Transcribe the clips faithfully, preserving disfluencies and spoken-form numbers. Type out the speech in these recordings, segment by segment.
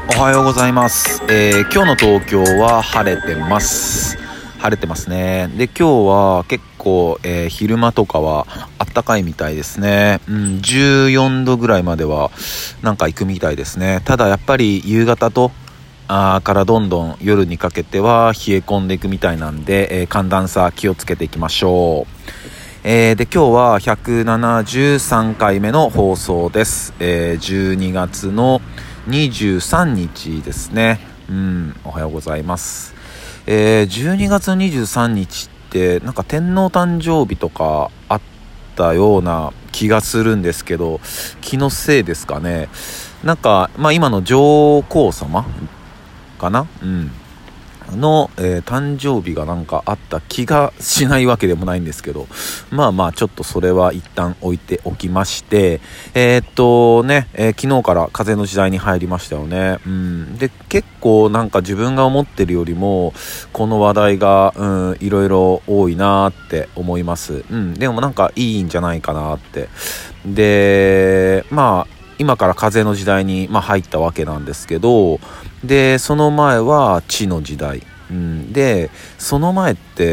おはようございます、えー、今日の東京は晴れてます晴れてますね。で今日は結構、えー、昼間とかはあったかいみたいですね、うん、じゅうよんどぐらいまではなんか行くみたいですね。ただやっぱり夕方とあからどんどん夜にかけては冷え込んでいくみたいなんで、えー、寒暖差気をつけていきましょう。えー、で今日はひゃくななじゅうさんかいめの放送です、えー、じゅうにがつのにじゅうさんにちですね。うんおはようございます。えー、じゅうにがつのにじゅうさんにちってなんか天皇誕生日とかあったような気がするんですけど、気のせいですかね。なんか、まあ、今の上皇様かな、うんの、えー、誕生日がなんかあった気がしないわけでもないんですけど、まあまあちょっとそれは一旦置いておきまして、えー、っとね、えー、昨日から風の時代に入りましたよね。うんで結構なんか自分が思ってるよりもこの話題が、うん、いろいろ多いなって思います。うんでもなんかいいんじゃないかなって。でまあ今から風の時代に、まあ、入ったわけなんですけど、でその前は地の時代、うん、でその前って、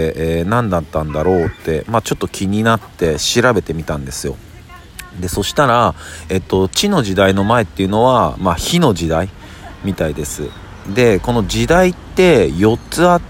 えー、何だったんだろうって、まあ、ちょっと気になって調べてみたんですよ。でそしたら、えっと、地の時代の前っていうのは、まあ、火の時代みたいです。でこの時代ってよっつあって、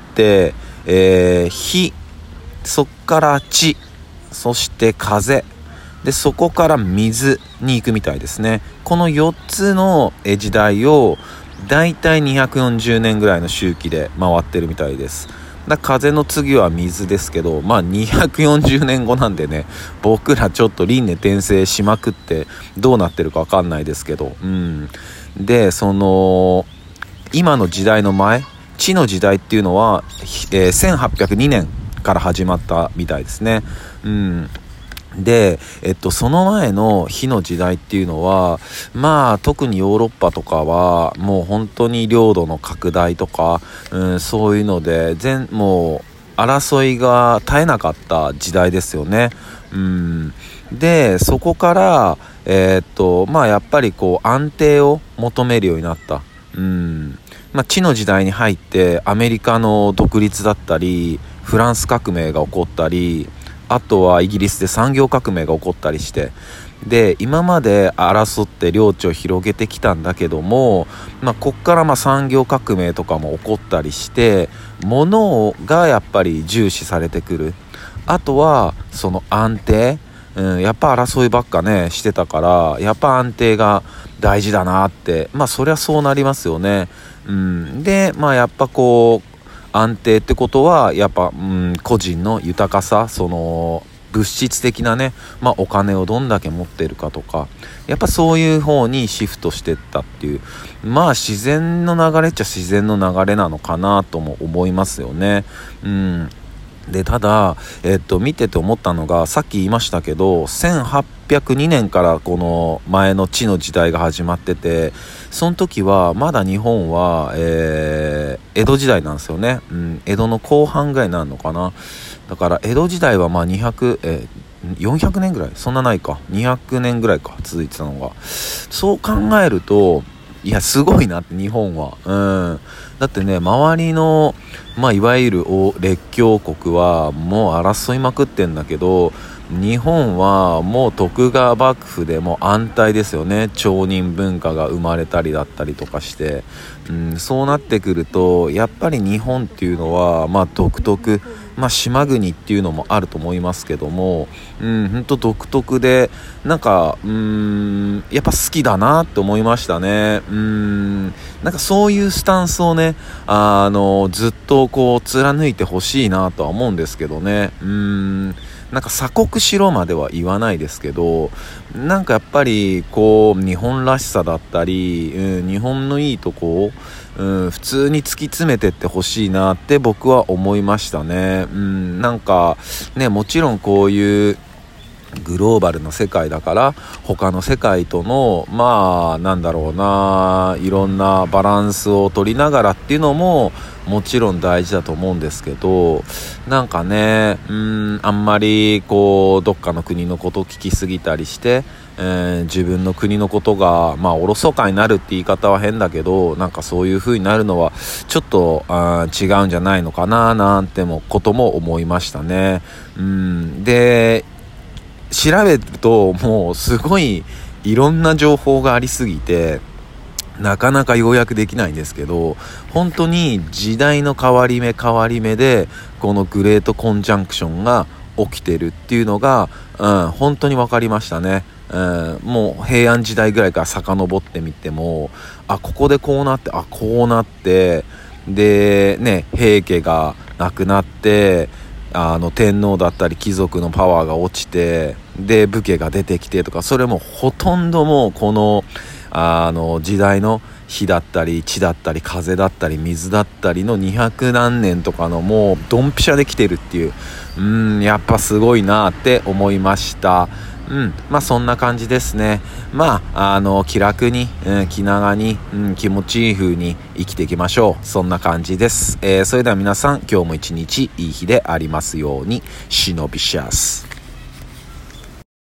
えー、火、そっから地、そして風でそこから水に行くみたいですね。このよっつの時代をだいたいにひゃくよんじゅうねんぐらいの周期で回ってるみたいです。だ風の次は水ですけど、まあにひゃくよんじゅうねんごなんでね、僕らちょっと輪廻転生しまくってどうなってるか分かんないですけど、うんでその今の時代の前、地の時代っていうのは、えー、せんはっぴゃくにねんから始まったみたいですね。うんで、えっと、その前の火の時代っていうのは、まあ特にヨーロッパとかはもう本当に領土の拡大とか、うん、そういうので全もう争いが絶えなかった時代ですよね。うん、でそこから、えー、っとまあやっぱりこう安定を求めるようになった。うんまあ、地の時代に入ってアメリカの独立だったりフランス革命が起こったり、あとはイギリスで産業革命が起こったりして、で今まで争って領地を広げてきたんだけども、まあ、こっからまあ産業革命とかも起こったりして物がやっぱり重視されてくる。あとはその安定、うん、やっぱ争いばっかねしてたからやっぱ安定が大事だなって、まあそりゃそうなりますよね。うん、でまあやっぱこう安定ってことはやっぱ、うん、個人の豊かさ、その物質的なね、まあ、お金をどんだけ持っているかとか、やっぱそういう方にシフトしていったっていう、まあ自然の流れっちゃ自然の流れなのかなとも思いますよね。うんでただ、えっと、見てて思ったのが、さっき言いましたけどせんはっぴゃくにねんからこの前の地の時代が始まってて、その時はまだ日本は、えー、江戸時代なんですよね、うん、江戸の後半ぐらいになるのかな。だから江戸時代はまあにひゃく、えー、よんひゃくねんぐらい、そんなないか、にひゃくねんぐらいか続いてたのが。そう考えるといやすごいなって日本は、うん、だってね周りの、まあ、いわゆる列強国はもう争いまくってんだけど、日本はもう徳川幕府でも安泰ですよね。町人文化が生まれたりだったりとかして、うん、そうなってくるとやっぱり日本っていうのはまあ独特、まあ、島国っていうのもあると思いますけども、うん、ほんと独特でなんかうーんやっぱ好きだなって思いましたね。うーんなんかそういうスタンスをねあのずっとこう貫いてほしいなとは思うんですけどね。うーんなんか鎖国しろまでは言わないですけど、なんかやっぱりこう日本らしさだったり、うん、日本のいいとこを、うん、普通に突き詰めてってほしいなって僕は思いましたね。うん、なんかねもちろんこういうグローバルの世界だから他の世界とのまあなんだろうないろんなバランスを取りながらっていうのももちろん大事だと思うんですけど、なんかねうーんあんまりこうどっかの国のことを聞きすぎたりして、 えー、自分の国のことがまあおろそかになるって言い方は変だけど、なんかそういう風になるのはちょっとあ違うんじゃないのかななんてもことも思いましたね。うんで調べるともうすごいいろんな情報がありすぎてなかなか要約できないんですけど、本当に時代の変わり目変わり目でこのグレートコンジャンクションが起きてるっていうのが、うん、本当に分かりましたね。うん、もう平安時代ぐらいから遡ってみても、あここでこうなってあこうなってでね平家が亡くなってあの天皇だったり貴族のパワーが落ちてで武家が出てきてとか、それもほとんどもうこのあの時代の火だったり地だったり風だったり水だったりのにひゃくなんねんとかのもうドンピシャで来てるっていう、うーんやっぱすごいなって思いました。うんまあそんな感じですね。まああの気楽に、うん、気長に、うん、気持ちいい風に生きていきましょう。そんな感じです。えー、それでは皆さん今日も一日いい日でありますように。シノビシャス。